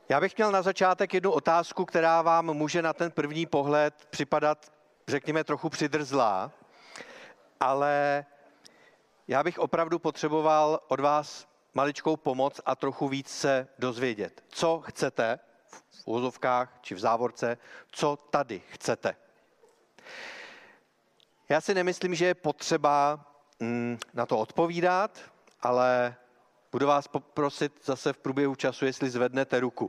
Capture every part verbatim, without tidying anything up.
Já bych měl na začátek jednu otázku, která vám může na ten první pohled připadat, řekněme, trochu přidrzlá, ale já bych opravdu potřeboval od vás maličkou pomoc a trochu víc se dozvědět. Co chcete v uvozovkách či v závorce, co tady chcete. Já si nemyslím, že je potřeba mm, na to odpovídat, ale budu vás poprosit zase v průběhu času, jestli zvednete ruku.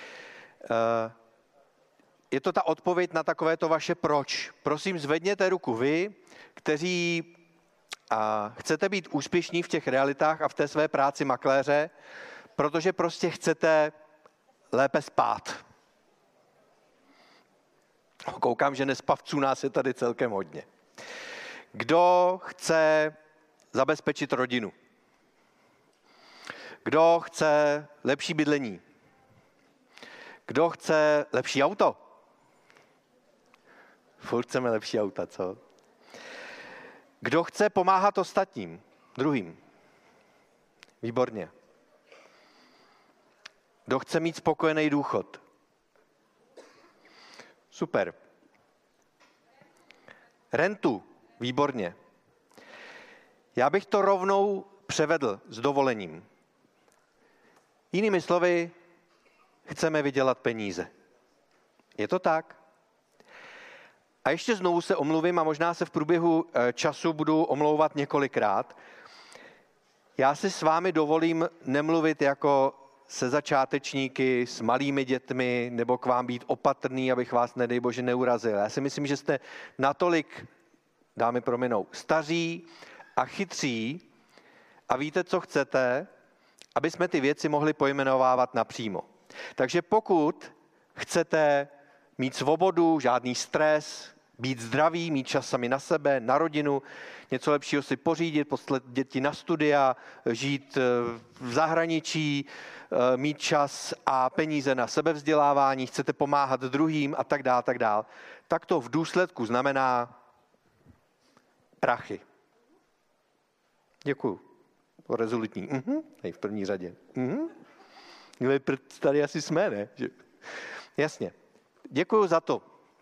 Je to ta odpověď na takové to vaše proč. Prosím, zvedněte ruku vy, kteří a chcete být úspěšní v těch realitách a v té své práci makléře, protože prostě chcete lépe spát. Koukám, že nespavců nás je tady celkem hodně. Kdo chce zabezpečit rodinu? Kdo chce lepší bydlení? Kdo chce lepší auto? Furt chceme lepší auta, co? Kdo chce pomáhat ostatním, druhým? Výborně. Kdo chce mít spokojený důchod? Super. Rentu? Výborně. Já bych to rovnou převedl s dovolením. Jinými slovy, chceme vydělat peníze. Je to tak? A ještě znovu se omluvím a možná se v průběhu času budu omlouvat několikrát. Já si s vámi dovolím nemluvit jako se začátečníky, s malými dětmi, nebo k vám být opatrný, abych vás, nedej bože, neurazil. Já si myslím, že jste natolik, dámy prominou, staří a chytří a víte, co chcete, aby jsme ty věci mohli pojmenovávat napřímo. Takže pokud chcete mít svobodu, žádný stres, být zdraví, mít čas sami na sebe, na rodinu, něco lepšího si pořídit, poslat děti na studia, žít v zahraničí, mít čas a peníze na sebevzdělávání, chcete pomáhat druhým a tak dále, tak dále, tak to v důsledku znamená prachy. Děkuju. Rezolutní. Mhm. Hej, v první řadě. Mhm. Tady asi jsme, ne? Jasně. Děkuju za to.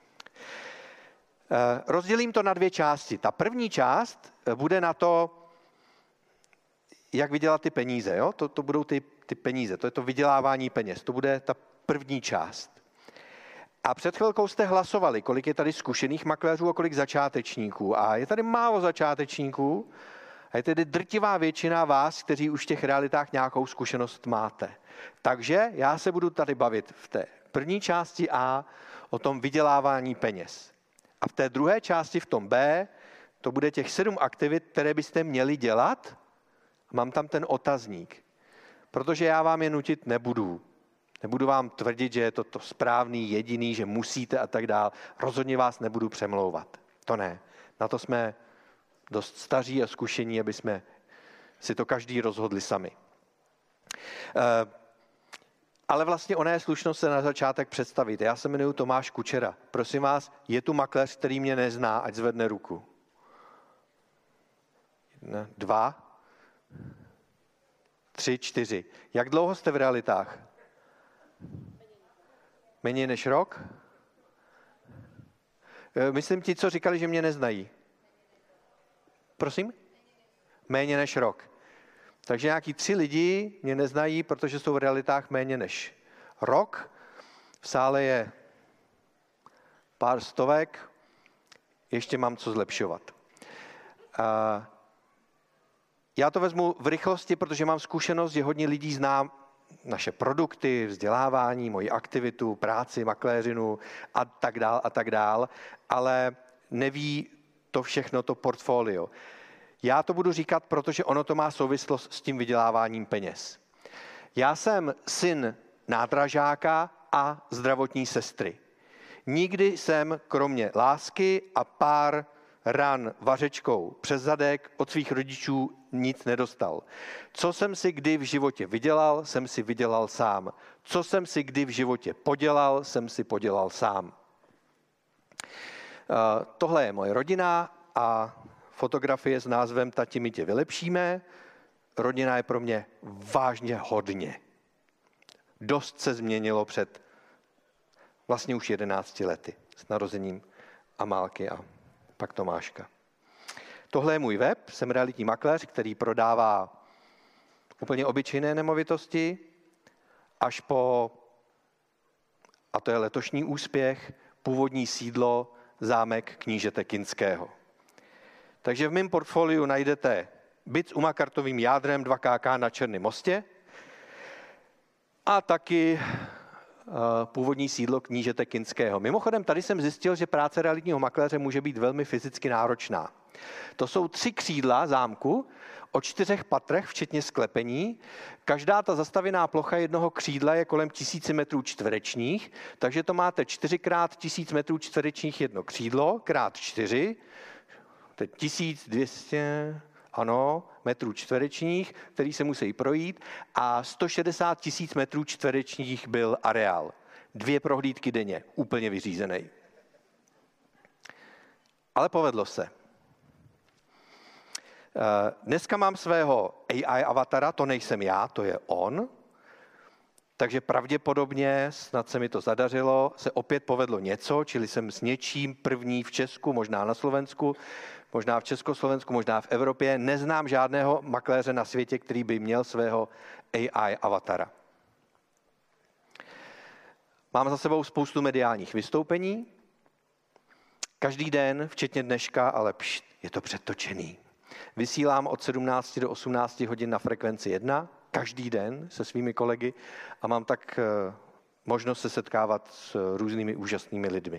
Rozdělím to na dvě části. Ta první část bude na to, jak vydělat ty peníze. Jo? To, to budou ty, ty peníze, to je to vydělávání peněz. To bude ta první část. A před chvilkou jste hlasovali, kolik je tady zkušených makléřů a kolik začátečníků. A je tady málo začátečníků a je tedy drtivá většina vás, kteří už v těch realitách nějakou zkušenost máte. Takže já se budu tady bavit v té první části A o tom vydělávání peněz. A v té druhé části, v tom B, to bude těch sedm aktivit, které byste měli dělat. Mám tam ten otazník, protože já vám je nutit nebudu. Nebudu vám tvrdit, že je to to správný, jediný, že musíte a tak dál. Rozhodně vás nebudu přemlouvat. To ne. Na to jsme dost staří a zkušení, aby jsme si to každý rozhodli sami. Uh, Ale vlastně ona je slušnost se na začátek představit. Já se jmenuji Tomáš Kučera. Prosím vás, je tu makléř, který mě nezná, ať zvedne ruku. Jedna, dva, tři, čtyři. Jak dlouho jste v realitách? Méně než rok? Myslím ti, co říkali, že mě neznají. Prosím? Méně než rok. Takže nějaký tři lidi mě neznají, protože jsou v realitách méně než rok. V sále je pár stovek, ještě mám co zlepšovat. A já to vezmu v rychlosti, protože mám zkušenost, že hodně lidí zná naše produkty, vzdělávání, moji aktivitu, práci, makléřinu a tak dál a tak dál, ale neví to všechno, to portfolio. Já to budu říkat, protože ono to má souvislost s tím vyděláváním peněz. Já jsem syn nádražáka a zdravotní sestry. Nikdy jsem kromě lásky a pár ran vařečkou přes zadek od svých rodičů nic nedostal. Co jsem si kdy v životě vydělal, jsem si vydělal sám. Co jsem si kdy v životě podělal, jsem si podělal sám. Tohle je moje rodina a fotografie s názvem Tati, my tě vylepšíme. Rodina je pro mě vážně hodně. Dost se změnilo před vlastně už jedenácti lety s narozením Amálky a pak Tomáška. Tohle je můj web, jsem realitní makléř, který prodává úplně obyčejné nemovitosti až po, a to je letošní úspěch, původní sídlo zámek knížete Kinského. Takže v mém portfoliu najdete byt s umakartovým jádrem dva ká ká na Černém mostě a taky původní sídlo knížete Kinského. Mimochodem, tady jsem zjistil, že práce realitního makléře může být velmi fyzicky náročná. To jsou tři křídla zámku o čtyřech patrech, včetně sklepení. Každá ta zastavěná plocha jednoho křídla je kolem tisíci metrů čtverečních, takže to máte čtyři krát tisíc metrů čtverečních jedno křídlo, krát čtyři, to je tisíc dvě stě, ano, metrů čtverečních, který se musí projít, a sto šedesát tisíc metrů čtverečních byl areál. Dvě prohlídky denně, úplně vyřízený. Ale povedlo se. Dneska mám svého A I avatara, to nejsem já, to je on. Takže pravděpodobně, snad se mi to zadařilo, se opět povedlo něco, čili jsem s něčím první v Česku, možná na Slovensku, možná v Československu, možná v Evropě. Neznám žádného makléře na světě, který by měl svého A I avatara. Mám za sebou spoustu mediálních vystoupení. Každý den, včetně dneška, ale pšt, je to předtočený. Vysílám od sedmnácti do osmnácti hodin na Frekvenci jedna, každý den se svými kolegy a mám tak možnost se setkávat s různými úžasnými lidmi.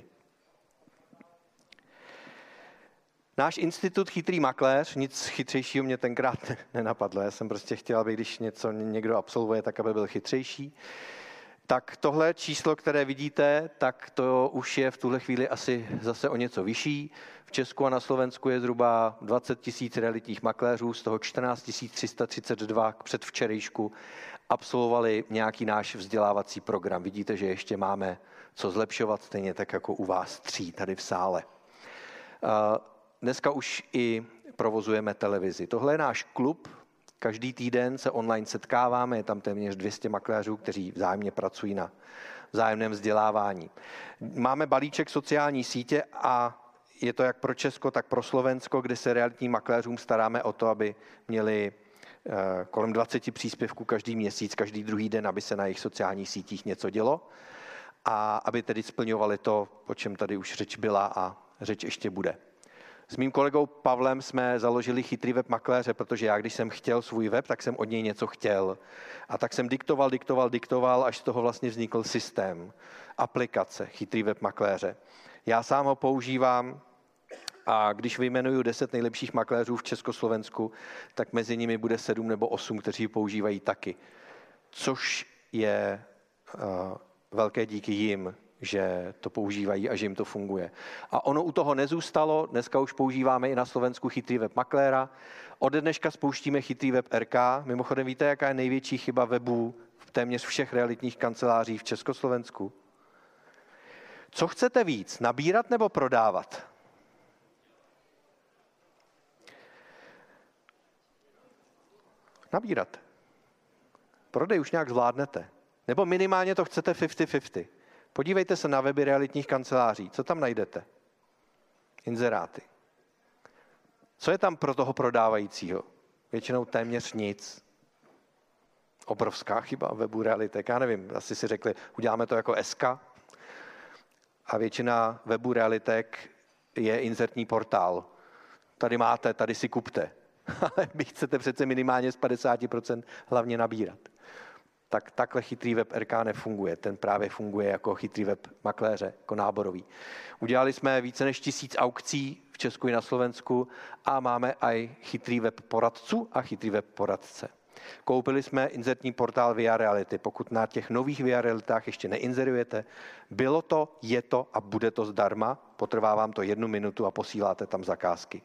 Náš institut Chytrý makléř, nic chytřejšího mě tenkrát nenapadlo. Já jsem prostě chtěl, aby když něco někdo absolvuje, tak aby byl chytřejší. Tak tohle číslo, které vidíte, tak to už je v tuhle chvíli asi zase o něco vyšší. V Česku a na Slovensku je zhruba dvacet tisíc realitních makléřů, z toho čtrnáct tisíc tři sta třicet dva k předvčerejšku absolvovali nějaký náš vzdělávací program. Vidíte, že ještě máme co zlepšovat, stejně tak jako u vás tří tady v sále. Dneska už i provozujeme televizi. Tohle je náš klub. Každý týden se online setkáváme, je tam téměř dvě stě makléřů, kteří vzájemně pracují na vzájemném vzdělávání. Máme balíček sociální sítě a je to jak pro Česko, tak pro Slovensko, kde se realitním makléřům staráme o to, aby měli kolem dvacet příspěvků každý měsíc, každý druhý den, aby se na jejich sociálních sítích něco dělo a aby tedy splňovali to, o čem tady už řeč byla a řeč ještě bude. S mým kolegou Pavlem jsme založili Chytrý web makléře, protože já, když jsem chtěl svůj web, tak jsem od něj něco chtěl. A tak jsem diktoval, diktoval, diktoval, až z toho vlastně vznikl systém, aplikace Chytrý web makléře. Já sám ho používám a když vyjmenuju deset nejlepších makléřů v Československu, tak mezi nimi bude sedm nebo osm, kteří ji používají taky. Což je uh, velké díky jim, že to používají a že jim to funguje. A ono u toho nezůstalo, dneska už používáme i na Slovensku Chytrý web makléra. Ode dneška spouštíme Chytrý web R K. Mimochodem víte, jaká je největší chyba webů v téměř všech realitních kanceláří v Československu? Co chcete víc, nabírat nebo prodávat? Nabírat. Prodej už nějak zvládnete. Nebo minimálně to chcete padesát na padesát. Podívejte se na weby realitních kanceláří. Co tam najdete? Inzeráty. Co je tam pro toho prodávajícího? Většinou téměř nic. Obrovská chyba webu realitek. Já nevím, asi si řekli, uděláme to jako S K. A většina webu realitek je inzertní portál. Tady máte, tady si kupte. Ale vy chcete přece minimálně z padesát procent hlavně nabírat. Tak takhle Chytrý web R K nefunguje. Ten právě funguje jako Chytrý web makléře, jako náborový. Udělali jsme více než tisíc aukcí v Česku i na Slovensku a máme i Chytrý web poradců a Chytrý web poradce. Koupili jsme inzertní portál Via Reality. Pokud na těch nových Via Realitách ještě neinzerujete, bylo to, je to a bude to zdarma. Potrvá vám to jednu minutu a posíláte tam zakázky.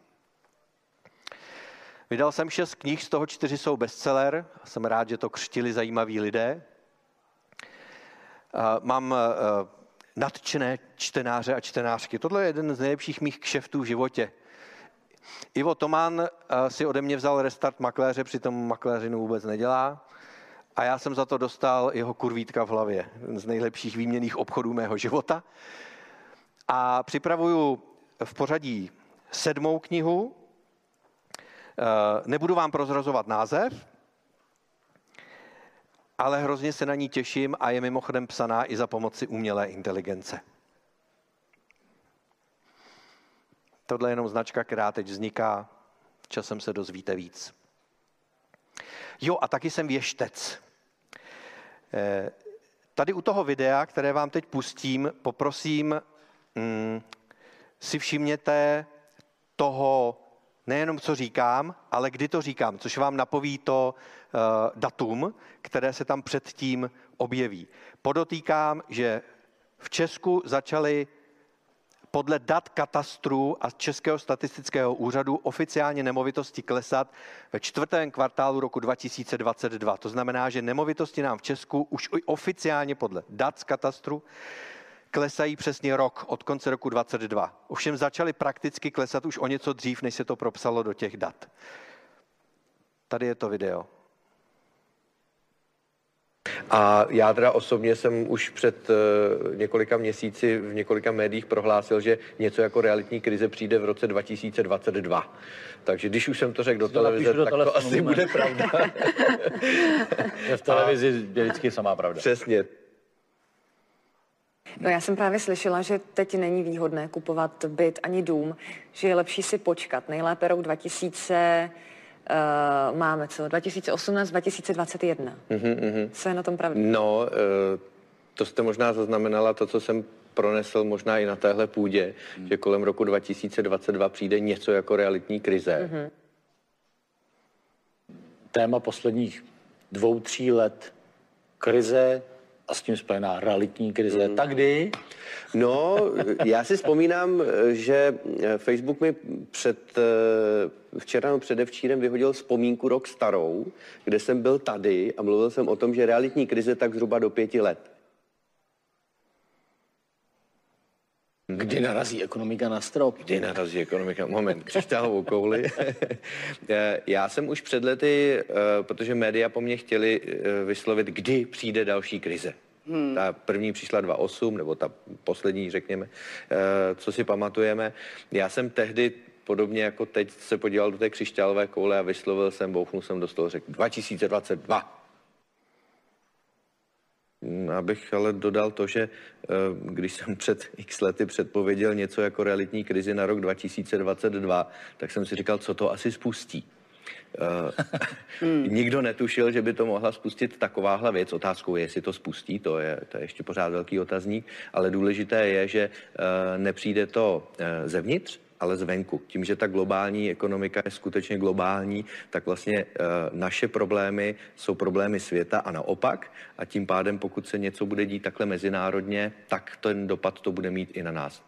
Vydal jsem šest knih, z toho čtyři jsou bestseller. Jsem rád, že to křtili zajímaví lidé. Mám nadšené čtenáře a čtenářky. Tohle je jeden z nejlepších mých kšeftů v životě. Ivo Toman si ode mě vzal restart makléře, přitom makléřinu vůbec nedělá. a já jsem za to dostal jeho kurvítka v hlavě. Z nejlepších výměnných obchodů mého života. A připravuju v pořadí sedmou knihu. Nebudu vám prozrazovat název, ale hrozně se na ní těším a je mimochodem psaná i za pomoci umělé inteligence. Tohle je jenom značka, která teď vzniká. Časem se dozvíte víc. Jo, a taky jsem věštec. Tady u toho videa, které vám teď pustím, poprosím, mm, si všimněte toho, nejenom co říkám, ale kdy to říkám, což vám napoví to uh, datum, které se tam předtím objeví. Podotýkám, že v Česku začaly podle dat katastru a Českého statistického úřadu oficiálně nemovitosti klesat ve čtvrtém kvartálu roku dva tisíce dvacet dva. To znamená, že nemovitosti nám v Česku už oficiálně podle dat z katastru klesají přesně rok od konce roku dvacet dva. Ovšem začaly prakticky klesat už o něco dřív, než se to propsalo do těch dat. Tady je to video. A já teda osobně jsem už před uh, několika měsíci v několika médiích prohlásil, že něco jako realitní krize přijde v roce dva tisíce dvacet dva. Takže když už jsem to řekl do televize, do tak to asi moment. Bude pravda. V televizi je vždycky samá pravda. Přesně. No, já jsem právě slyšela, že teď není výhodné kupovat byt ani dům, že je lepší si počkat. Nejlépe rok dva tisíce, uh, máme co, dva tisíce osmnáct, dva tisíce dvacet jedna. Mm-hmm, mm-hmm. Co je na tom pravda? No, uh, to jste možná zaznamenala to, co jsem pronesl možná i na téhle půdě, mm. že kolem roku dva tisíce dvacet dva přijde něco jako realitní krize. Mm-hmm. Téma posledních dvou, tří let krize a s tím spojená realitní krize. Mm. Tak kdy? No, já si vzpomínám, že Facebook mi před včera nebo předevčírem vyhodil vzpomínku rok starou, kde jsem byl tady a mluvil jsem o tom, že realitní krize tak zhruba do pěti let. Kdy narazí ekonomika na strop? Kdy narazí ekonomika? Moment, křišťálovou kouli. Já jsem už před lety, protože média po mně chtěli vyslovit, kdy přijde další krize. Hmm. Ta první přišla dva tisíce osm, nebo ta poslední, řekněme, co si pamatujeme. Já jsem tehdy, podobně jako teď, se podíval do té křišťálové koule a vyslovil jsem, bouchnul jsem do stolu, řekl dva tisíce dvacet dva. Abych ale dodal to, že když jsem před x lety předpověděl něco jako realitní krizi na rok dva tisíce dvacet dva, tak jsem si říkal, co to asi spustí. hmm. Nikdo netušil, že by to mohla spustit takováhle věc. Otázkou je, jestli to spustí, to je, to je ještě pořád velký otazník, ale důležité je, že nepřijde to zevnitř, ale zvenku. Tím, že ta globální ekonomika je skutečně globální, tak vlastně e, naše problémy jsou problémy světa a naopak. A tím pádem, pokud se něco bude dít takhle mezinárodně, tak ten dopad to bude mít i na nás.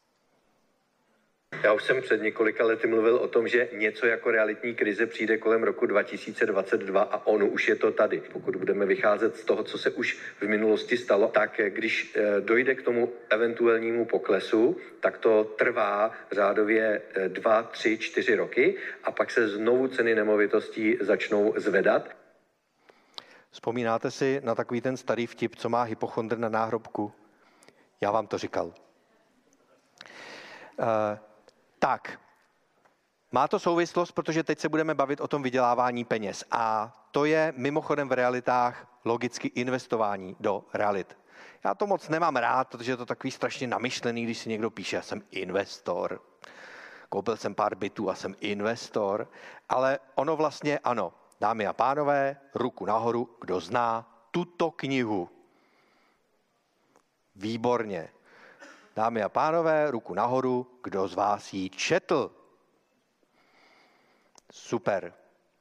Já už jsem před několika lety mluvil o tom, že něco jako realitní krize přijde kolem roku dva tisíce dvacet dva a ono už je to tady. Pokud budeme vycházet z toho, co se už v minulosti stalo, tak když dojde k tomu eventuálnímu poklesu, tak to trvá řádově dva, tři, čtyři roky a pak se znovu ceny nemovitostí začnou zvedat. Vzpomínáte si na takový ten starý vtip, co má hypochondr na náhrobku? Já vám to říkal. Uh, Tak, má to souvislost, protože teď se budeme bavit o tom vydělávání peněz. A to je mimochodem v realitách logicky investování do realit. Já to moc nemám rád, protože je to takový strašně namyšlený, když si někdo píše, já jsem investor. Koupil jsem pár bytů a jsem investor. Ale ono vlastně ano, dámy a pánové, ruku nahoru, kdo zná tuto knihu. Výborně. Dámy a pánové, ruku nahoru, kdo z vás ji četl? Super.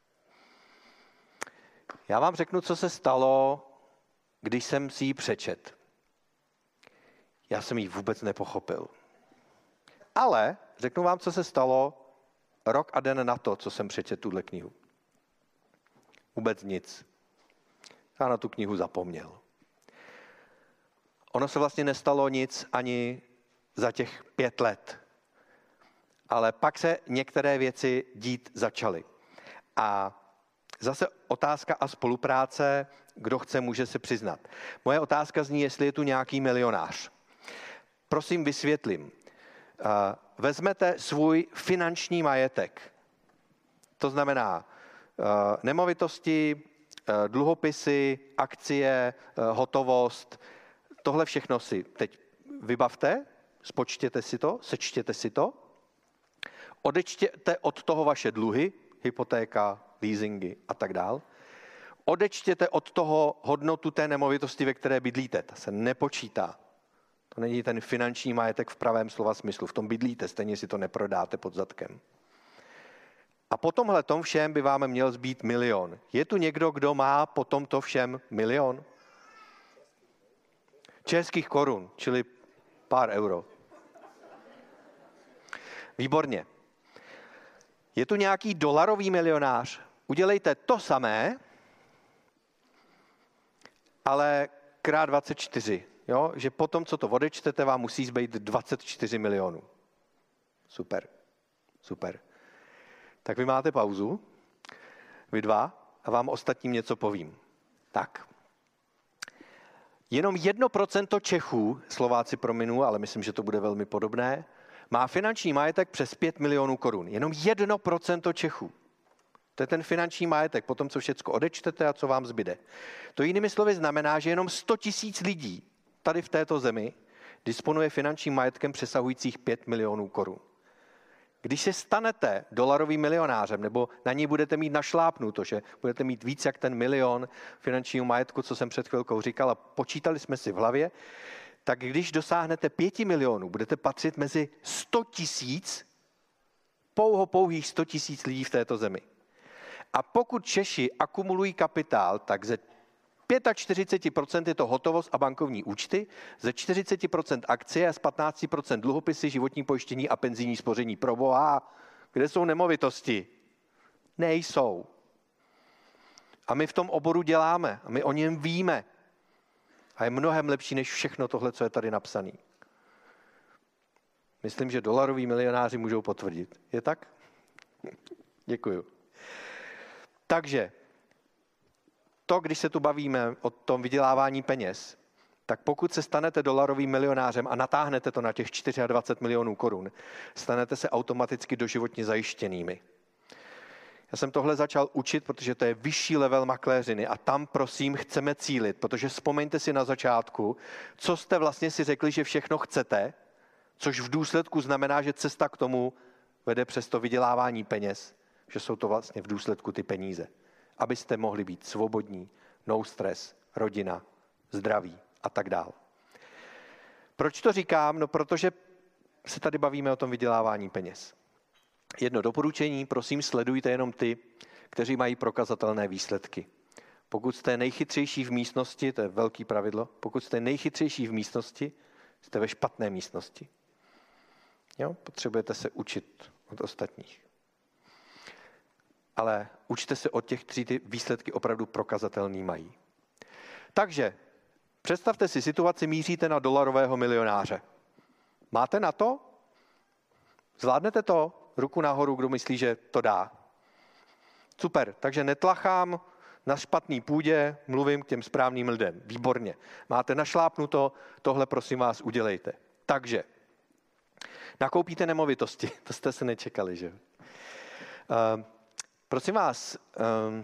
Já vám řeknu, co se stalo, když jsem si ji přečet. Já jsem ji vůbec nepochopil. Ale řeknu vám, co se stalo rok a den na to, co jsem přečet tuhle knihu. Vůbec nic. Já na tu knihu zapomněl. Ono se vlastně nestalo nic ani za těch pět let. Ale pak se některé věci dít začaly. A Zase otázka a spolupráce, kdo chce, může se přiznat. Moje otázka zní, jestli je tu nějaký milionář. Prosím, vysvětlím. Vezmete svůj finanční majetek, to znamená nemovitosti, dluhopisy, akcie, hotovost, tohle všechno si teď vybavte, spočtěte si to, sečtěte si to, odečtěte od toho vaše dluhy, hypotéka, leasingy a tak dál. Odečtěte od toho hodnotu té nemovitosti, ve které bydlíte. Ta se nepočítá. To není ten finanční majetek v pravém slova smyslu. V tom bydlíte, stejně si to neprodáte pod zadkem. A po tomhle tom všem by vám měl zbýt milion. Je tu někdo, kdo má po tomto všem milion? Českých korun, čili pár euro. Výborně. Je tu nějaký dolarový milionář? Udělejte to samé, ale krát dvacet čtyři. Jo? Že potom, co to odečtete, vám musí zbýt dvacet čtyři milionů. Super. Super. Tak vy máte pauzu, vy dva, a vám ostatním něco povím. Tak. Jenom jedno procento Čechů, Slováci prominu, ale myslím, že to bude velmi podobné, má finanční majetek přes pět milionů korun. Jenom jedno procento Čechů. To je ten finanční majetek, potom co všecko odečtete a co vám zbyde. To jinými slovy znamená, že jenom sto tisíc lidí tady v této zemi disponuje finančním majetkem přesahujících pět milionů korun. Když se stanete dolarovým milionářem, nebo na něj budete mít našlápnuto, že budete mít víc jak ten milion finančního majetku, co jsem před chvilkou říkal, a počítali jsme si v hlavě, tak když dosáhnete pěti milionů, budete patřit mezi sto tisíc, pouho pouhých sto tisíc lidí v této zemi. A pokud Češi akumulují kapitál, tak ze čtyřicet pět procent je to hotovost a bankovní účty, ze čtyřicet procent akcie a z patnáct procent dluhopisy, životní pojištění a penzijní spoření. Pro boha, kde jsou nemovitosti? Nejsou. A my v tom oboru děláme a my o něm víme. A je mnohem lepší než všechno tohle, co je tady napsané. Myslím, že dolaroví milionáři můžou potvrdit. Je tak? Děkuju. Takže to, když se tu bavíme o tom vydělávání peněz, tak pokud se stanete dolarovým milionářem a natáhnete to na těch dvacet čtyři milionů korun, stanete se automaticky doživotně zajištěnými. Já jsem tohle začal učit, protože to je vyšší level makléřiny a tam, prosím, chceme cílit, protože vzpomeňte si na začátku, co jste vlastně si řekli, že všechno chcete, což v důsledku znamená, že cesta k tomu vede přes to vydělávání peněz, že jsou to vlastně v důsledku ty peníze. Abyste mohli být svobodní, no stres, rodina, zdraví a tak dál. Proč to říkám? No, protože se tady bavíme o tom vydělávání peněz. Jedno doporučení, prosím, sledujte jenom ty, kteří mají prokazatelné výsledky. Pokud jste nejchytřejší v místnosti, to je velký pravidlo, pokud jste nejchytřejší v místnosti, jste ve špatné místnosti. Jo? Potřebujete se učit od ostatních. Ale učte se od těch, kteří ty výsledky opravdu prokazatelný mají. Takže představte si situaci, míříte na dolarového milionáře. Máte na to? Zvládnete to? Ruku nahoru, kdo myslí, že to dá. Super, takže netlachám na špatný půdě, mluvím k těm správným lidem. Výborně. Máte našlápnuto, tohle prosím vás udělejte. Takže nakoupíte nemovitosti, to jste se nečekali, že? Uh, prosím vás, um,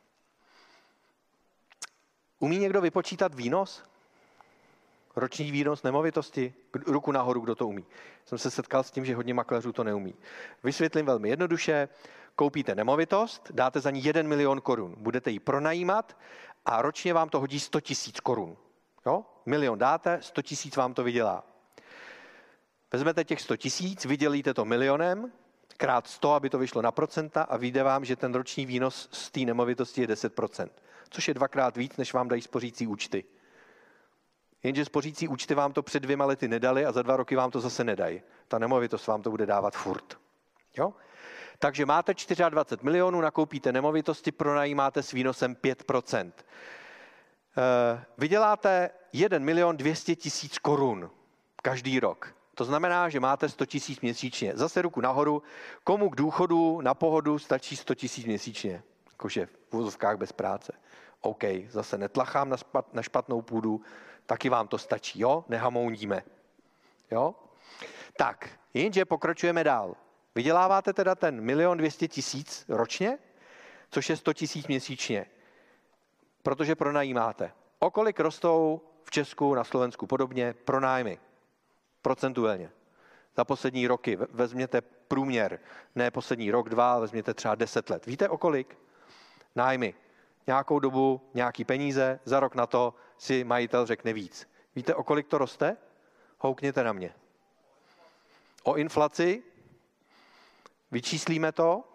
umí někdo vypočítat výnos? Roční výnos nemovitosti? Ruku nahoru, kdo to umí. Jsem se setkal s tím, že hodně makléřů to neumí. Vysvětlím velmi jednoduše. Koupíte nemovitost, dáte za ní jeden milion korun. Budete ji pronajímat a ročně vám to hodí sto tisíc korun. Jo? Milion dáte, sto tisíc vám to vydělá. Vezmete těch sto tisíc, vydělíte to milionem, krát sto, aby to vyšlo na procenta a vyjde vám, že ten roční výnos z té nemovitosti je deset procent. Což je dvakrát víc, než vám dají spořící účty. Jenže spořící účty vám to před dvěma lety nedali a za dva roky vám to zase nedají. Ta nemovitost vám to bude dávat furt. Jo? Takže máte dvacet čtyři milionů, nakoupíte nemovitosti, pronajímáte s výnosem pět procent. E, vyděláte jeden milion dvě stě tisíc korun každý rok. To znamená, že máte sto tisíc měsíčně. Zase ruku nahoru. Komu k důchodu, na pohodu stačí sto tisíc měsíčně? Jakože uvozovkách bez práce. OK, zase netlachám na, spat, na špatnou půdu, taky vám to stačí, jo? Nehamouníme. Jo? Tak, jenže pokračujeme dál. Vyděláváte teda ten milion dvěstě tisíc ročně, což je sto tisíc měsíčně, protože pronajímáte. O kolik rostou v Česku, na Slovensku podobně pronájmy? Procentuálně. Za poslední roky vezměte průměr, ne poslední rok, dva, vezměte třeba deset let. Víte o kolik? Nájmy. Nějakou dobu, nějaký peníze, za rok na to si majitel řekne víc. Víte, o kolik to roste? Houkněte na mě. O inflaci? Vyčíslíme to?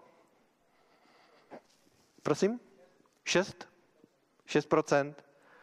Prosím? Šest? Šest procent?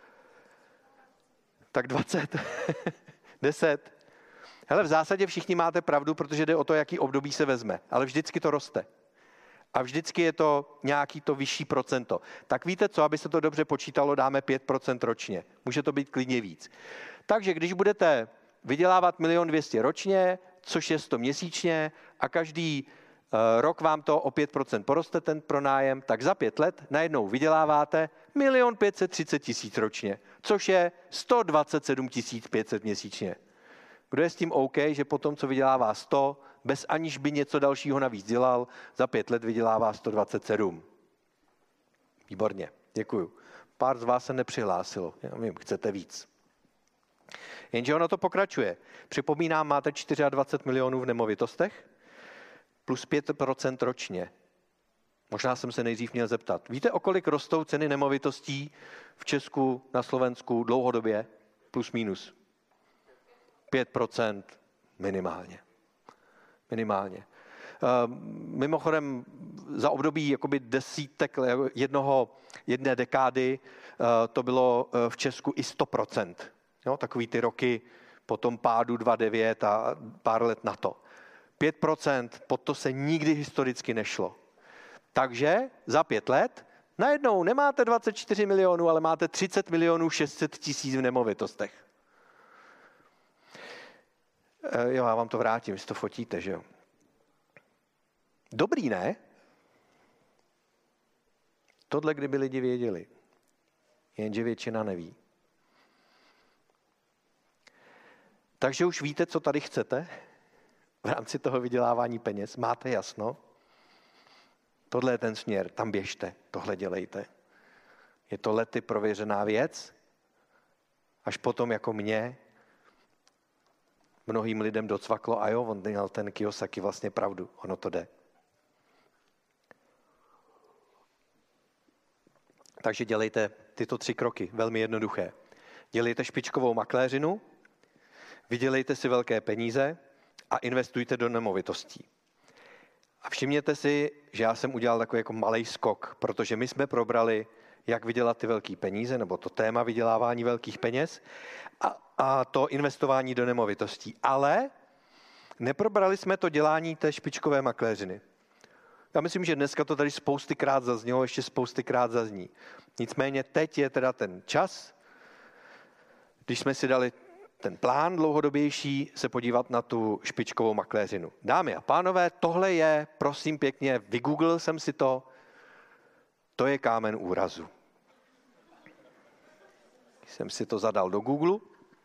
Tak dvacet? Deset? Hele, v zásadě všichni máte pravdu, protože jde o to, jaký období se vezme. Ale vždycky to roste. A vždycky je to nějaký to vyšší procento. Tak víte co, aby se to dobře počítalo, dáme pět procent ročně. Může to být klidně víc. Takže když budete vydělávat milion dvěstě ročně, což je sto měsíčně a každý uh, rok vám to o pět procent poroste ten pronájem, tak za pět let najednou vyděláváte milion pět set třicet tisíc ročně, což je sto dvacet sedm tisíc pět set měsíčně. Kdo je s tím OK, že potom, co vydělává sto, bez aniž by něco dalšího navíc dělal, za pět let vydělává sto dvacet sedm. Výborně, děkuju. Pár z vás se nepřihlásilo, já vím, chcete víc. Jenže ono to pokračuje. Připomínám, máte dvacet čtyři milionů v nemovitostech plus pět procent ročně. Možná jsem se nejdřív měl zeptat. Víte, o kolik rostou ceny nemovitostí v Česku, na Slovensku dlouhodobě? Plus minus. pět procent minimálně. Minimálně. Mimochodem za období jakoby desítek jednoho, jedné dekády to bylo v Česku i sto procent. Jo, takový ty roky po tom pádu dva tisíce devět a pár let na to. pět procent, pod to se nikdy historicky nešlo. Takže za pět let najednou nemáte dvacet čtyři milionů, ale máte třicet milionů šest set tisíc v nemovitostech. Jo, já vám to vrátím, vy si to fotíte, že jo. Dobrý, ne? Tohle kdyby lidi věděli. Jenže většina neví. Takže už víte, co tady chcete v rámci toho vydělávání peněz. Máte jasno? Tohle je ten směr, tam běžte, tohle dělejte. Je to lety prověřená věc, až potom jako mě mnohým lidem docvaklo a jo, on měl ten Kiyosaki vlastně pravdu, ono to jde. Takže dělejte tyto tři kroky, velmi jednoduché. Dělejte špičkovou makléřinu, vydělejte si velké peníze a investujte do nemovitostí. A všimněte si, že já jsem udělal takový jako malej skok, protože my jsme probrali, jak vydělat ty velké peníze, nebo to téma vydělávání velkých peněz a, a to investování do nemovitostí. Ale neprobrali jsme to dělání té špičkové makléřiny. Já myslím, že dneska to tady spoustykrát zaznělo, ještě spoustykrát zazní. Nicméně teď je teda ten čas, když jsme si dali ten plán dlouhodobější, se podívat na tu špičkovou makléřinu. Dámy a pánové, tohle je, prosím pěkně, vygooglil jsem si to, to je kámen úrazu. Jsem si to zadal do Google.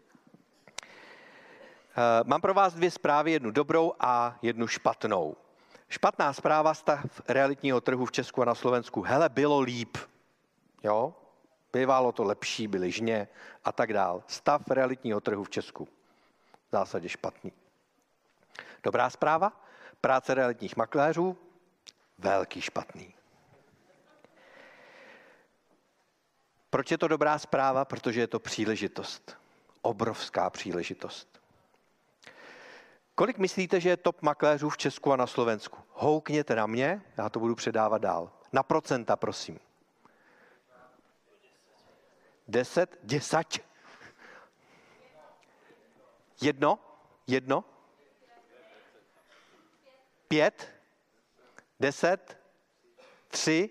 Mám pro vás dvě zprávy, jednu dobrou a jednu špatnou. Špatná zpráva, stav realitního trhu v Česku a na Slovensku. Hele, bylo líp. Jo? Bývalo to lepší, byly žně a tak dál. Stav realitního trhu v Česku. V zásadě špatný. Dobrá zpráva, práce realitních makléřů, velký špatný. Proč je to dobrá zpráva? Protože je to příležitost. Obrovská příležitost. Kolik myslíte, že je top makléřů v Česku a na Slovensku? Houkněte na mě, já to budu předávat dál. Na procenta, prosím. Deset? Desať? Jedno? Jedno? Pět? Deset? Tři?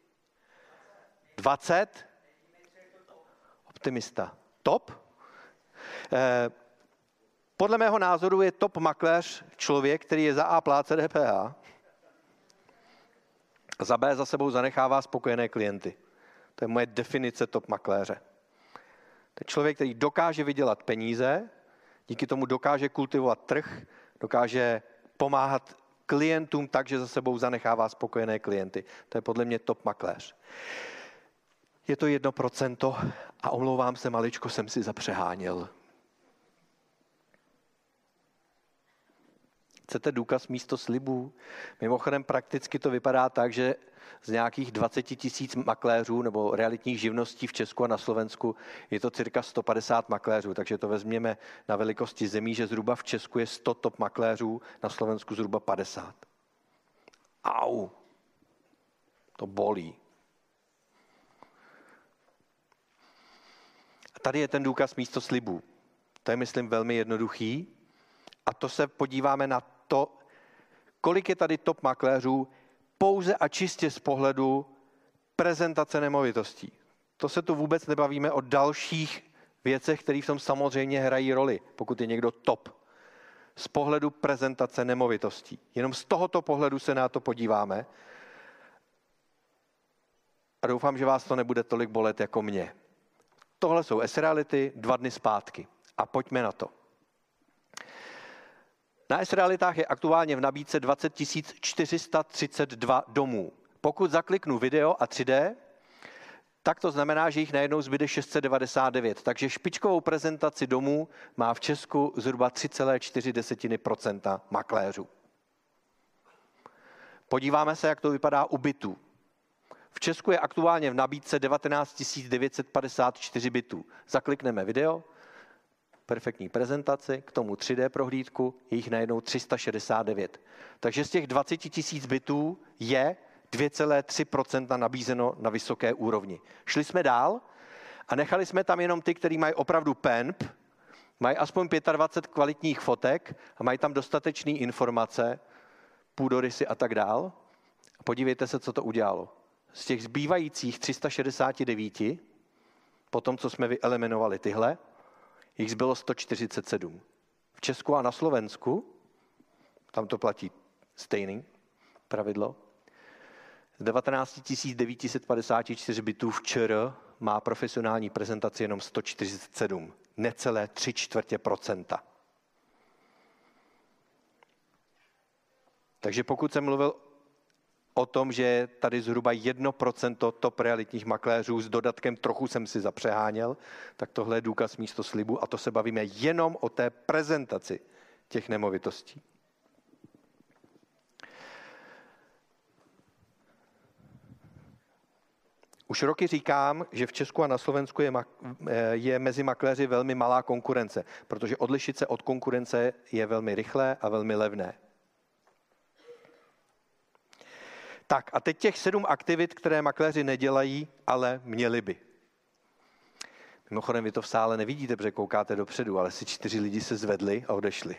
Dvacet? Optimista. Top? Eh, podle mého názoru je top makléř člověk, který je za A pláce D P H Za B za sebou zanechává spokojené klienty. To je moje definice top makléře. To je člověk, který dokáže vydělat peníze, díky tomu dokáže kultivovat trh, dokáže pomáhat klientům tak, že za sebou zanechává spokojené klienty. To je podle mě top makléř. Je to jedno procento a omlouvám se, maličko jsem si zapřeháněl. Chcete důkaz místo slibů? Mimochodem prakticky to vypadá tak, že z nějakých dvacet tisíc makléřů nebo realitních živností v Česku a na Slovensku je to cirka sto padesát makléřů, takže to vezměme na velikosti zemí, že zhruba v Česku je sto top makléřů, na Slovensku zhruba padesát. Au, to bolí. A tady je ten důkaz místo slibů. To je, myslím, velmi jednoduchý. A to se podíváme na to, kolik je tady top makléřů pouze a čistě z pohledu prezentace nemovitostí. To se tu vůbec nebavíme o dalších věcech, které v tom samozřejmě hrají roli, pokud je někdo top. Z pohledu prezentace nemovitostí. Jenom z tohoto pohledu se na to podíváme. A doufám, že vás to nebude tolik bolet jako mě. Tohle jsou S-Reality dva dny zpátky. A pojďme na to. Na S-Realitách je aktuálně v nabídce dvacet tisíc čtyři sta třicet dva domů. Pokud zakliknu video a tři dé, tak to znamená, že jich najednou zbyde šest set devadesát devět. Takže špičkovou prezentaci domů má v Česku zhruba tři celé čtyři procenta makléřů. Podíváme se, jak to vypadá u bytů. V Česku je aktuálně v nabídce devatenáct tisíc devět set padesát čtyři bytů. Zaklikneme video, perfektní prezentaci, k tomu tři dé prohlídku, je jich najednou tři sta šedesát devět. Takže z těch dvacet tisíc bytů je dvě celé tři procenta nabízeno na vysoké úrovni. Šli jsme dál a nechali jsme tam jenom ty, kteří mají opravdu P E N P, mají aspoň dvacet pět kvalitních fotek a mají tam dostatečné informace, půdorysy a tak dál. A podívejte se, co to udělalo. Z těch zbývajících tři sta šedesát devět, po tom, co jsme vyeliminovali tyhle, jich zbylo sto čtyřicet sedm. V Česku a na Slovensku, tam to platí stejný pravidlo, z devatenáct tisíc devět set padesát čtyři bytů v ČR má profesionální prezentaci jenom sto čtyřicet sedm, necelé tři čtvrtě procenta. Takže pokud jsem mluvil o tom, že je tady zhruba jedno procento top realitních makléřů s dodatkem trochu jsem si zapřeháněl, tak tohle je důkaz místo slibu a to se bavíme jenom o té prezentaci těch nemovitostí. Už roky říkám, že v Česku a na Slovensku je, je mezi makléři velmi malá konkurence, protože odlišit se od konkurence je velmi rychlé a velmi levné. Tak a teď těch sedm aktivit, které makléři nedělají, ale měli by. Mimochodem, vy to v sále nevidíte, protože koukáte dopředu, ale si čtyři lidi se zvedli a odešli.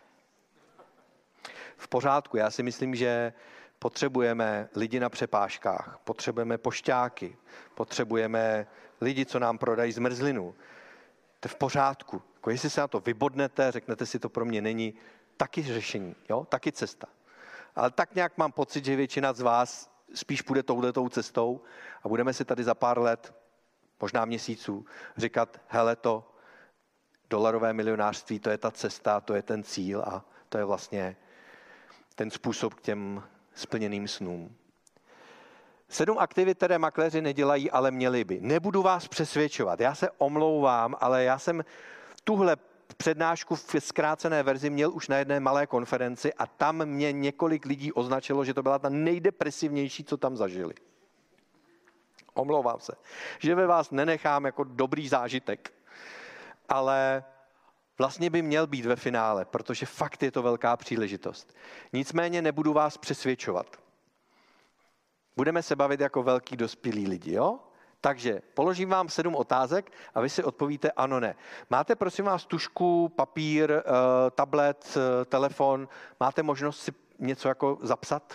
V pořádku, já si myslím, že potřebujeme lidi na přepážkách, potřebujeme pošťáky, potřebujeme lidi, co nám prodají zmrzlinu. To je v pořádku. Jako jestli se na to vybodnete, řeknete si, to pro mě není, taky řešení, jo? Taky cesta. Ale tak nějak mám pocit, že většina z vás spíš půjde touhletou cestou a budeme si tady za pár let, možná měsíců, říkat, hele to dolarové milionářství, to je ta cesta, to je ten cíl a to je vlastně ten způsob k těm splněným snům. Sedm aktivit, které makléři nedělají, ale měli by. Nebudu vás přesvědčovat, já se omlouvám, ale já jsem tuhle přednášku v zkrácené verzi měl už na jedné malé konferenci a tam mě několik lidí označilo, že to byla ta nejdepresivnější, co tam zažili. Omlouvám se, že ve vás nenechám jako dobrý zážitek, ale vlastně by měl být ve finále, protože fakt je to velká příležitost. Nicméně nebudu vás přesvědčovat. Budeme se bavit jako velký dospělí lidi, jo? Takže položím vám sedm otázek a vy si odpovíte ano, ne. Máte prosím vás tužku, papír, tablet, telefon, máte možnost si něco jako zapsat?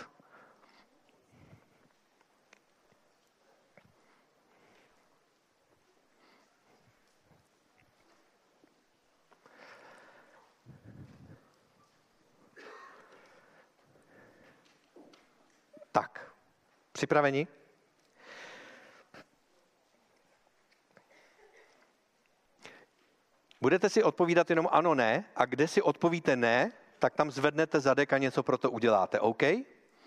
Tak, Připraveni? Budete si odpovídat jenom ano, ne, a kde si odpovíte ne, tak tam zvednete zadek a něco pro to uděláte, OK? Uh,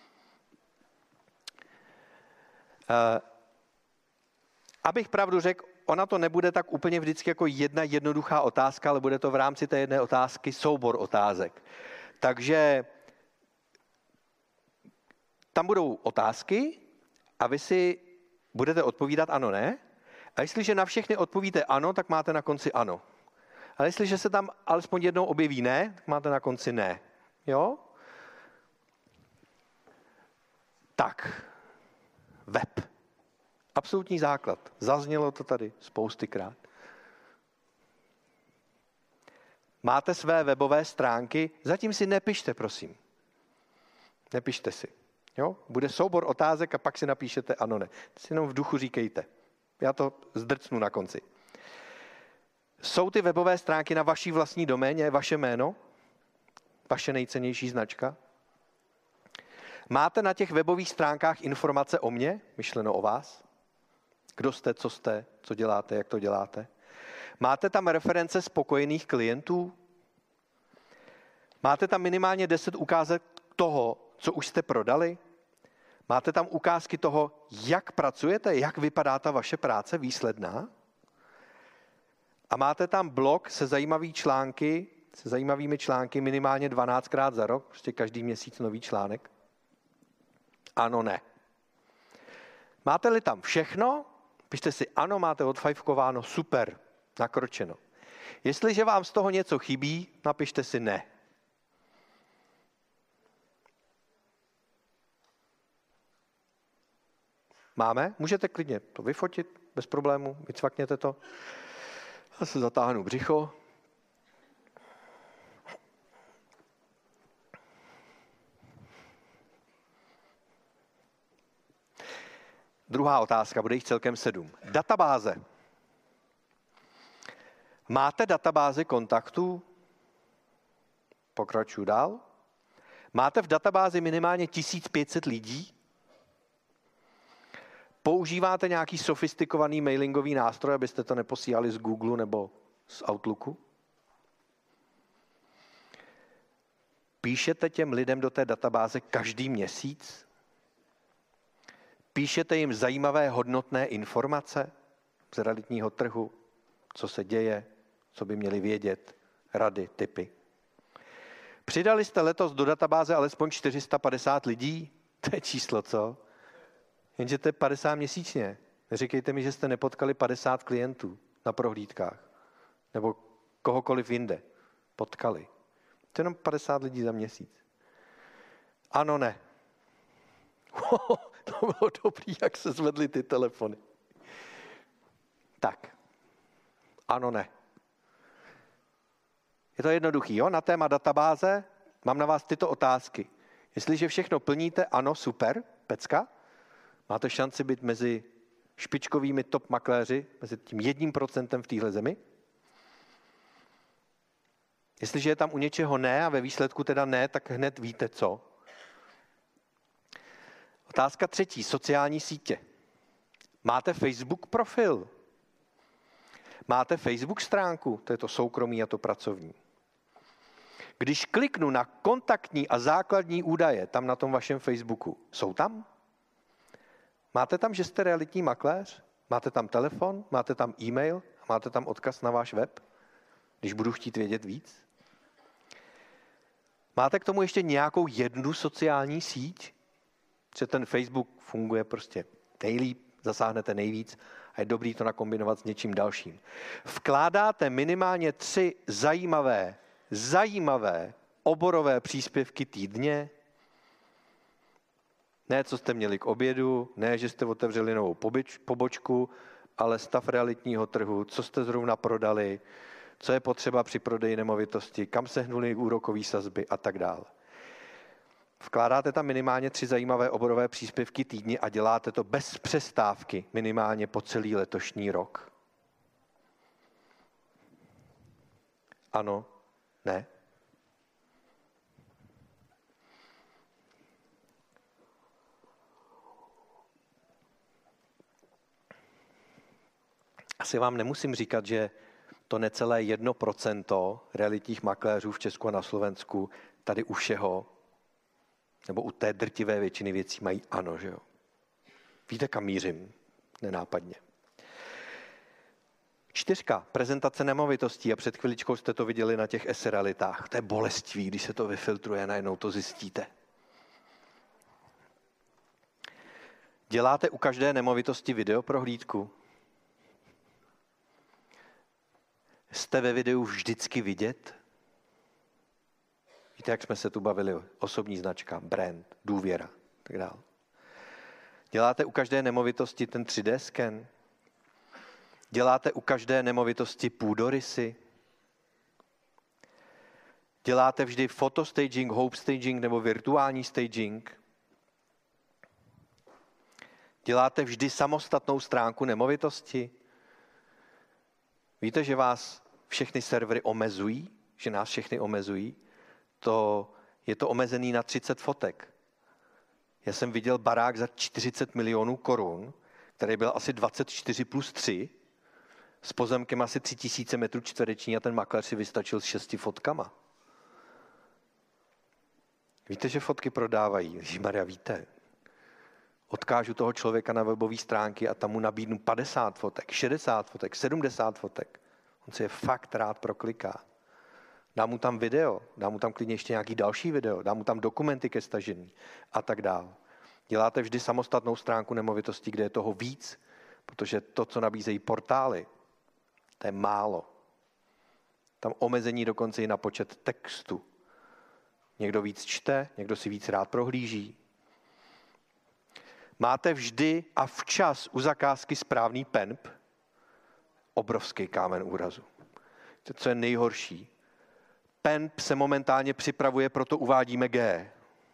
abych pravdu řekl, ona to nebude tak úplně vždycky jako jedna jednoduchá otázka, ale bude to v rámci té jedné otázky soubor otázek. Takže tam budou otázky a vy si budete odpovídat ano, ne. A jestliže na všechny odpovíte ano, tak máte na konci ano. Ale jestliže se tam alespoň jednou objeví ne, tak máte na konci ne. Jo? Tak. Web. Absolutní základ. Zaznělo to tady spoustykrát. Máte své webové stránky? Zatím si nepište, prosím. Nepište si. Jo? Bude soubor otázek a pak si napíšete ano, ne. Si jenom v duchu říkejte. Já to zdrcnu na konci. Jsou ty webové stránky na vaší vlastní doméně, vaše jméno, vaše nejcennější značka? Máte na těch webových stránkách informace o mně, myšleno o vás? Kdo jste, co jste, co děláte, jak to děláte? Máte tam reference spokojených klientů? Máte tam minimálně deset ukázek toho, co už jste prodali? Máte tam ukázky toho, jak pracujete, jak vypadá ta vaše práce výsledná? A máte tam blog se zajímavými články, se zajímavými články minimálně dvanáctkrát za rok, prostě každý měsíc nový článek? Ano, ne. Máte-li tam všechno, pište si ano, máte odfajfkováno, super, nakročeno. Jestliže vám z toho něco chybí, napište si ne. Máme? Můžete klidně to vyfotit, bez problému, vycvakněte to. Já se zatáhnu břicho. Druhá otázka, bude jich celkem sedm. Databáze. Máte databázi kontaktů? Pokračuju dál. Máte v databázi minimálně tisíc pět set lidí? Používáte nějaký sofistikovaný mailingový nástroj, abyste to neposílali z Google nebo z Outlooku? Píšete těm lidem do té databáze každý měsíc? Píšete jim zajímavé hodnotné informace z realitního trhu, co se děje, co by měli vědět, rady, tipy? Přidali jste letos do databáze alespoň čtyři sta padesát lidí? To je číslo, co? Jenže to je padesát měsíčně. Neříkejte mi, že jste nepotkali padesát klientů na prohlídkách. Nebo kohokoliv jinde. Potkali. To je jenom padesát lidí za měsíc. Ano, ne. Wow, to bylo dobrý, jak se zvedly ty telefony. Tak. Ano, ne. Je to jednoduchý, jo? Na téma databáze mám na vás tyto otázky. Jestliže všechno plníte, ano, super, pecka. Máte šanci být mezi špičkovými top makléři, mezi tím jedním procentem v téhle zemi? Jestliže je tam u něčeho ne a ve výsledku teda ne, tak hned víte co. Otázka třetí, sociální sítě. Máte Facebook profil? Máte Facebook stránku? To je to soukromý a to pracovní. Když kliknu na kontaktní a základní údaje tam na tom vašem Facebooku, jsou tam? Máte tam, že jste realitní makléř? Máte tam telefon? Máte tam e-mail? Máte tam odkaz na váš web? Když budu chtít vědět víc? Máte k tomu ještě nějakou jednu sociální síť? Že ten Facebook funguje prostě nejlíp, zasáhnete nejvíc a je dobrý to nakombinovat s něčím dalším. Vkládáte minimálně tři zajímavé, zajímavé oborové příspěvky týdně. Ne, co jste měli k obědu, ne, že jste otevřeli novou pobočku, ale stav realitního trhu, co jste zrovna prodali, co je potřeba při prodeji nemovitosti, kam se hnuly úrokové sazby a tak dále. Vkládáte tam minimálně tři zajímavé oborové příspěvky týdně a děláte to bez přestávky minimálně po celý letošní rok. Ano, ne. Asi vám nemusím říkat, že to necelé jedno procento realitních makléřů v Česku a na Slovensku tady u všeho, nebo u té drtivé většiny věcí mají ano, že jo. Víte, kam mířím? Nenápadně. Čtyřka, prezentace nemovitostí a před chviličkou jste to viděli na těch eserealitách. To je bolestivý, když se to vyfiltruje, najednou to zjistíte. Děláte u každé nemovitosti videoprohlídku? Jste ve videu vždycky vidět? Víte, jak jsme se tu bavili? Osobní značka, brand, důvěra, tak dále. Děláte u každé nemovitosti ten tři dé sken? Děláte u každé nemovitosti půdorysy? Děláte vždy fotostaging, hope staging nebo virtuální staging? Děláte vždy samostatnou stránku nemovitosti? Víte, že vás všechny servery omezují? Že nás všechny omezují? To, je to omezený na třicet fotek. Já jsem viděl barák za čtyřicet milionů korun, který byl asi dvacet čtyři plus tři, s pozemkem asi tři tisíce metrů čtvereční a ten makléř si vystačil s šesti fotkama. Víte, že fotky prodávají? Ježišmarja, víte. Odkážu toho člověka na webové stránky a tam mu nabídnu padesát fotek, šedesát fotek, sedmdesát fotek. On si je fakt rád prokliká. Dám mu tam video, dám mu tam klidně ještě nějaký další video, dám mu tam dokumenty ke stažení a tak dál. Děláte vždy samostatnou stránku nemovitosti, kde je toho víc, protože to, co nabízejí portály, to je málo. Tam omezení dokonce i na počet textu. Někdo víc čte, někdo si víc rád prohlíží. Máte vždy a včas u zakázky správný P E N P? Obrovský kámen úrazu. To, co je nejhorší. P E N P se momentálně připravuje, proto uvádíme G.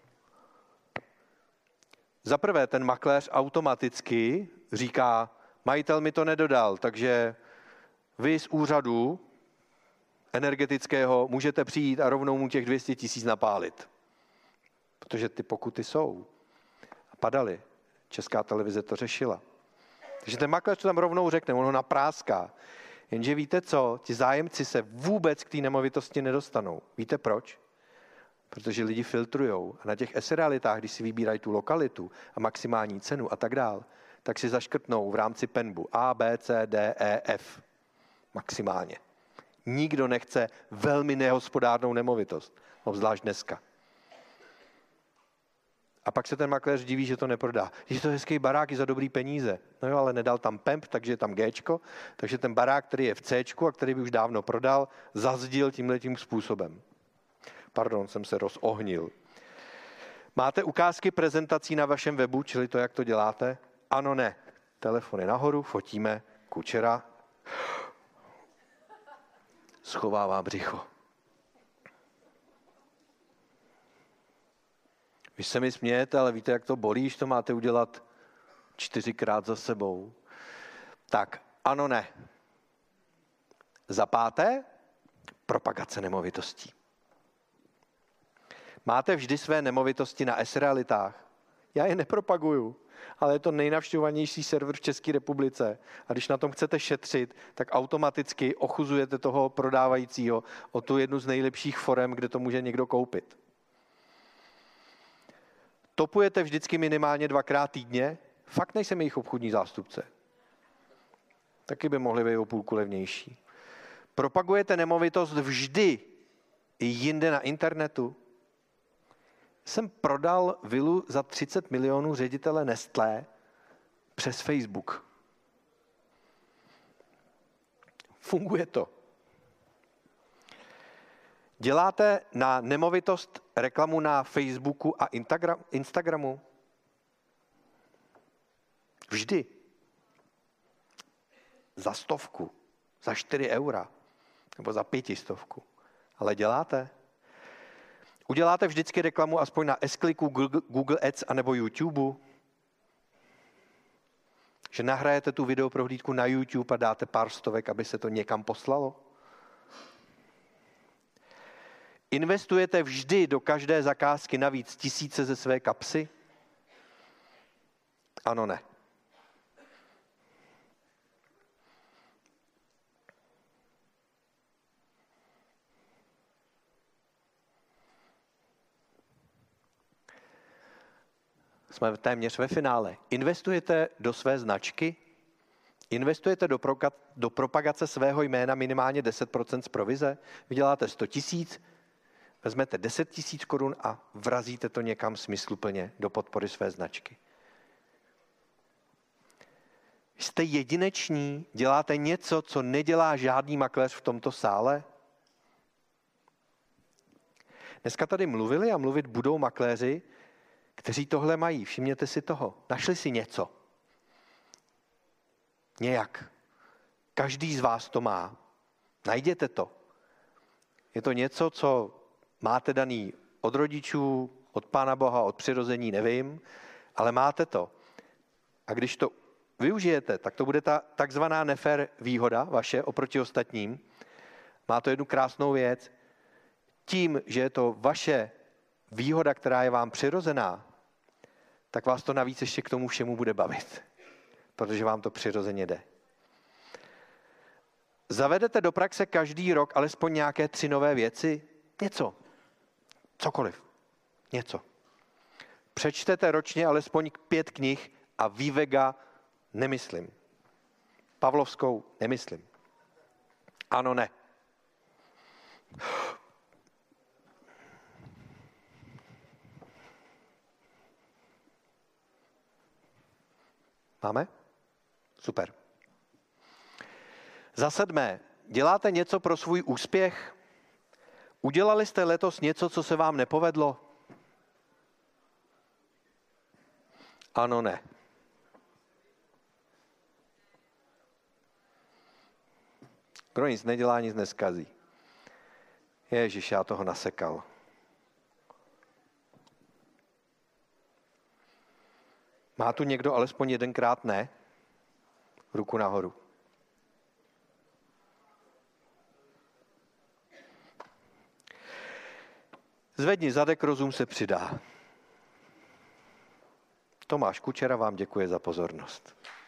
Za prvé, ten makléř automaticky říká, majitel mi to nedodal, takže vy z úřadu energetického můžete přijít a rovnou mu těch dvě stě tisíc napálit. Protože ty pokuty jsou. A padaly. Česká televize to řešila. Takže ten makléř to tam rovnou řekne, on ho napráská. Jenže víte co? Ti zájemci se vůbec k té nemovitosti nedostanou. Víte proč? Protože lidi filtrujou. A na těch eserealitách, když si vybírají tu lokalitu a maximální cenu a tak dál, tak si zaškrtnou v rámci P E N B U A, B, C, D, E, F. Maximálně. Nikdo nechce velmi nehospodárnou nemovitost. Obzvlášť dneska. A pak se ten makléř diví, že to neprodá. Je to hezký barák i za dobrý peníze. No jo, ale nedal tam P E M P, takže je tam Gčko, takže ten barák, který je v Cčku a který by už dávno prodal, zazdil tímhletím způsobem. Pardon, jsem se rozohnil. Máte ukázky prezentací na vašem webu, čili to, jak to děláte? Ano, ne. Telefony nahoru, fotíme, Kučera schovává břicho. Vy se mi smějete, ale víte, jak to bolí, když to máte udělat čtyřikrát za sebou. Tak, ano, ne. Za páté, propagace nemovitostí. Máte vždy své nemovitosti na eserealitách. Já je nepropaguju, ale je to nejnavštěvovanější server v České republice. A když na tom chcete šetřit, tak automaticky ochuzujete toho prodávajícího o tu jednu z nejlepších forem, kde to může někdo koupit. Topujete vždycky minimálně dvakrát týdně? Fakt nejsem jejich obchodní zástupce. Taky by mohli být o půlku levnější. Propagujete nemovitost vždy i jinde na internetu? Jsem prodal vilu za třicet milionů ředitele Nestlé přes Facebook. Funguje to. Děláte na nemovitost reklamu na Facebooku a Instagramu? Vždy. Za stovku, za čtyři eura, nebo za pětistovku. Ale děláte? Uděláte vždycky reklamu aspoň na S-Clicku, Google Ads anebo YouTube? Že nahrajete tu videoprohlídku na YouTube a dáte pár stovek, aby se to někam poslalo? Investujete vždy do každé zakázky navíc tisíce ze své kapsy? Ano, ne. Jsme téměř ve finále. Investujete do své značky? Investujete do, proka- do propagace svého jména minimálně deset procent z provize? Vyděláte sto tisíc, vezmete deset tisíc korun a vrazíte to někam smysluplně do podpory své značky. Jste jedineční, děláte něco, co nedělá žádný makléř v tomto sále? Dneska tady mluvili a mluvit budou makléři, kteří tohle mají. Všimněte si toho. Našli si něco. Nějak. Každý z vás to má. Najděte to. Je to něco, co máte daný od rodičů, od Pána Boha, od přirození, nevím, ale máte to. A když to využijete, tak to bude ta takzvaná nefér výhoda vaše oproti ostatním. Má to jednu krásnou věc. Tím, že je to vaše výhoda, která je vám přirozená, tak vás to navíc ještě k tomu všemu bude bavit, protože vám to přirozeně jde. Zavedete do praxe každý rok alespoň nějaké tři nové věci? Něco. Cokoliv. Něco. Přečtete ročně alespoň pět knih a Vivega nemyslím. Pavlovskou nemyslím. Ano, ne. Máme? Super. Za sedmé, děláte něco pro svůj úspěch? Udělali jste letos něco, co se vám nepovedlo? Ano, ne. Kdo nic nedělá, nic neskazí. Ježiš, já toho nasekal. Má tu někdo alespoň jedenkrát ne? Ruku nahoru. Zvedni zadek, rozum se přidá. Tomáš Kučera vám děkuje za pozornost.